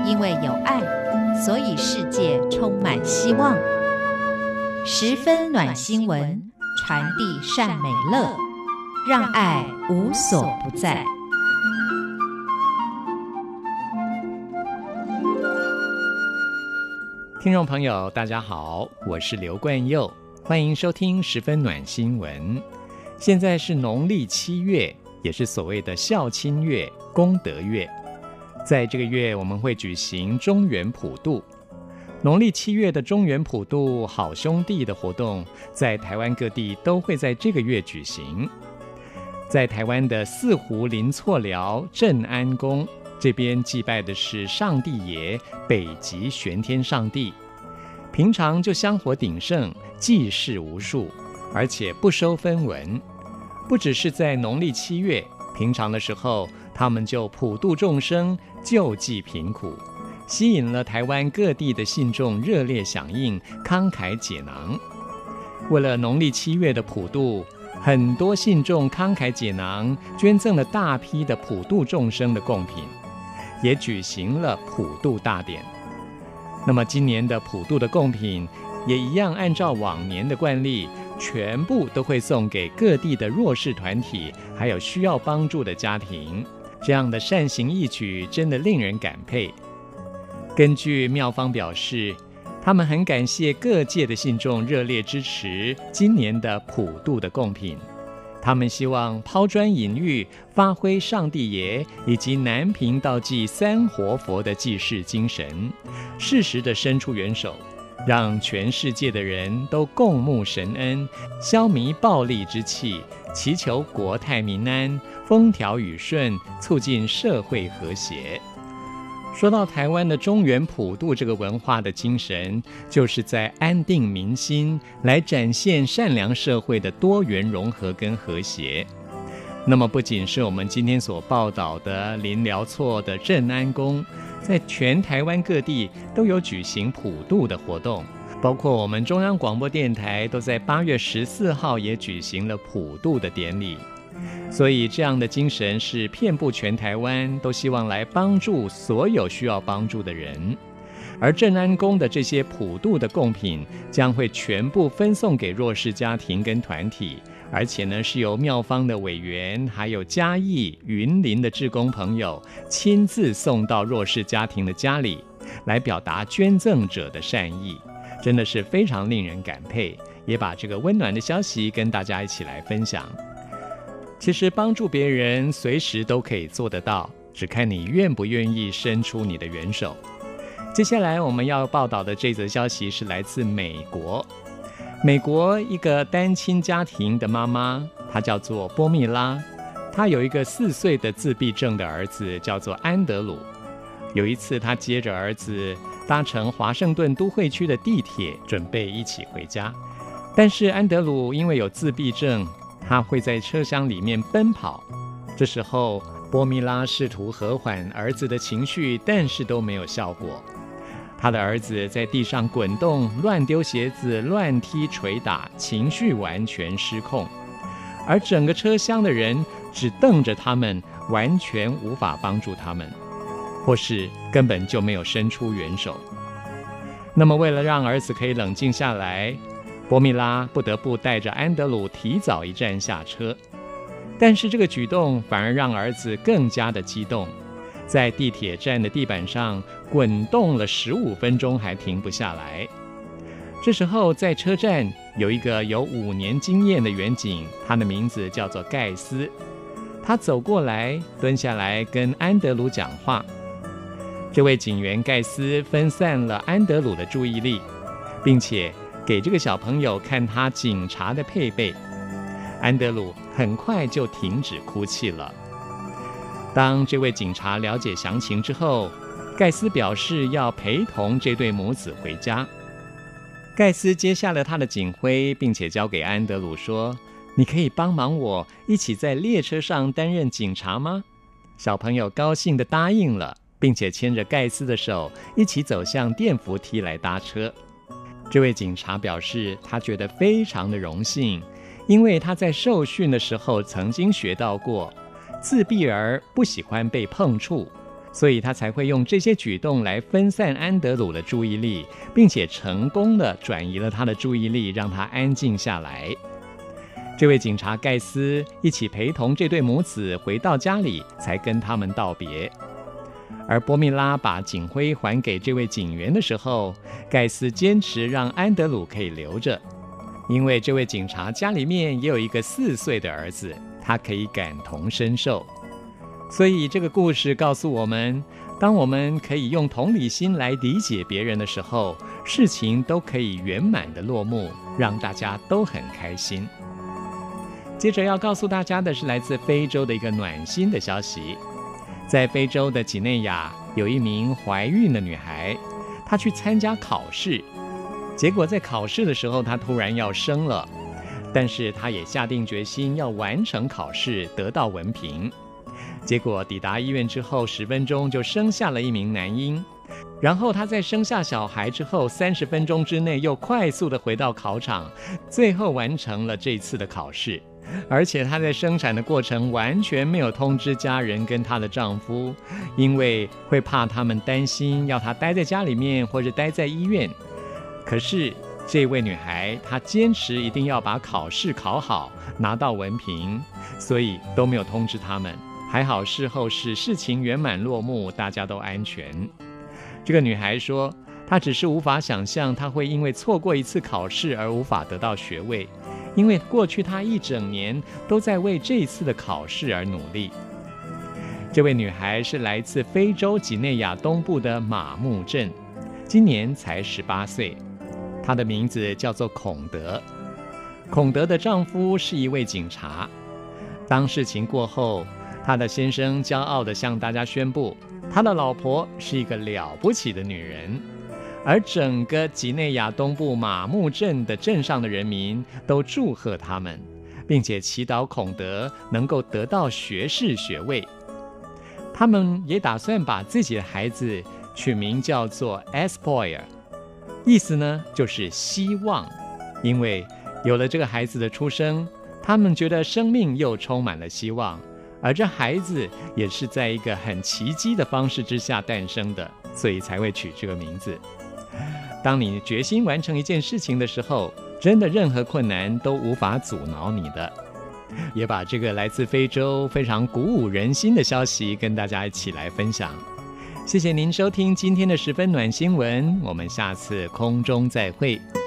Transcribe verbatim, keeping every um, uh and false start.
因为有爱，所以世界充满希望。十分暖新闻，传递善美乐，让爱无所不在。 听众朋友大家好，我是刘冠佑，欢迎收听十分暖新闻。现在是农历七月，也是所谓的孝亲月、功德月。在这个月我们会举行中元普渡。农历七月的中元普渡好兄弟的活动，在台湾各地都会在这个月举行。在台湾的四湖林错寮镇安宫这边祭拜的是上帝爷北极玄天上帝，平常就香火鼎盛，祭事无数，而且不收分文。不只是在农历七月，平常的时候他们就普度众生，救济贫苦，吸引了台湾各地的信众热烈响应，慷慨解囊。为了农历七月的普渡，很多信众慷慨解囊，捐赠了大批的普度众生的贡品，也举行了普渡大典。那么今年的普渡的贡品也一样按照往年的惯例，全部都会送给各地的弱势团体，还有需要帮助的家庭。这样的善行义举真的令人感佩。根据庙方表示，他们很感谢各界的信众热烈支持今年的普渡的贡品。他们希望抛砖引玉，发挥上帝爷以及南屏道济三活佛的济世精神，适时地伸出援手，让全世界的人都共沐神恩，消弭暴戾之气，祈求国泰民安，风调雨顺，促进社会和谐。说到台湾的中元普渡这个文化的精神，就是在安定民心，来展现善良社会的多元融合跟和谐。那么不仅是我们今天所报道的林寮厝的镇安宫，在全台湾各地都有举行普渡的活动，包括我们中央广播电台都在八月十四号也举行了普渡的典礼。所以这样的精神是遍布全台湾，都希望来帮助所有需要帮助的人。而镇安宫的这些普渡的贡品将会全部分送给弱势家庭跟团体，而且呢是由庙方的委员还有嘉义云林的志工朋友亲自送到弱势家庭的家里，来表达捐赠者的善意，真的是非常令人感佩，也把这个温暖的消息跟大家一起来分享。其实帮助别人随时都可以做得到，只看你愿不愿意伸出你的援手。接下来我们要报道的这则消息是来自美国。美国一个单亲家庭的妈妈，她叫做波蜜拉，她有一个四岁的自闭症的儿子，叫做安德鲁。有一次她接着儿子搭乘华盛顿都会区的地铁，准备一起回家。但是安德鲁因为有自闭症，他会在车厢里面奔跑。这时候波蜜拉试图和缓儿子的情绪，但是都没有效果。他的儿子在地上滚动，乱丢鞋子，乱踢捶打，情绪完全失控。而整个车厢的人只瞪着他们，完全无法帮助他们，或是根本就没有伸出援手。那么为了让儿子可以冷静下来，波蜜拉不得不带着安德鲁提早一站下车。但是这个举动反而让儿子更加的激动，在地铁站的地板上滚动了十五分钟还停不下来。这时候在车站有一个有五年经验的员警，他的名字叫做盖斯。他走过来蹲下来跟安德鲁讲话。这位警员盖斯分散了安德鲁的注意力，并且给这个小朋友看他警察的配备。安德鲁很快就停止哭泣了。当这位警察了解详情之后，盖斯表示要陪同这对母子回家。盖斯接下了他的警徽，并且交给安德鲁说：“你可以帮忙我一起在列车上担任警察吗？”小朋友高兴地答应了，并且牵着盖斯的手一起走向电扶梯来搭车。这位警察表示他觉得非常的荣幸，因为他在受训的时候曾经学到过，自闭儿不喜欢被碰触， 所以他才会用这些举动来分散安德鲁的注意力，并且成功地转移了他的注意力，让他安静下来。这位警察盖斯一起陪同这对母子回到家里，才跟他们道别。而波蜜拉把警徽还给这位警员的时候，盖斯坚持让安德鲁可以留着，因为这位警察家里面也有一个四岁的儿子，他可以感同身受。所以这个故事告诉我们，当我们可以用同理心来理解别人的时候，事情都可以圆满的落幕，让大家都很开心。接着要告诉大家的是来自非洲的一个暖心的消息。在非洲的几内亚，有一名怀孕的女孩，她去参加考试，结果在考试的时候她突然要生了，但是她也下定决心要完成考试，得到文凭。结果抵达医院之后，十分钟就生下了一名男婴。然后她在生下小孩之后，三十分钟之内又快速的回到考场，最后完成了这次的考试。而且她在生产的过程完全没有通知家人跟她的丈夫，因为会怕他们担心，要她待在家里面或者待在医院。可是这位女孩她坚持一定要把考试考好，拿到文凭，所以都没有通知他们。还好事后是事情圆满落幕，大家都安全。这个女孩说，她只是无法想象她会因为错过一次考试而无法得到学位，因为过去她一整年都在为这一次的考试而努力。这位女孩是来自非洲几内亚东部的马木镇，今年才十八岁，她的名字叫做孔德。孔德的丈夫是一位警察。当事情过后，他的先生骄傲地向大家宣布，他的老婆是一个了不起的女人。而整个几内亚东部马木镇的镇上的人民都祝贺他们，并且祈祷孔德能够得到学士学位。他们也打算把自己的孩子取名叫做 Espoir， 意思呢就是希望，因为有了这个孩子的出生，他们觉得生命又充满了希望。而这孩子也是在一个很奇迹的方式之下诞生的，所以才会取这个名字。当你决心完成一件事情的时候，真的任何困难都无法阻挠你的。也把这个来自非洲非常鼓舞人心的消息跟大家一起来分享。谢谢您收听今天的十分暖新闻，我们下次空中再会。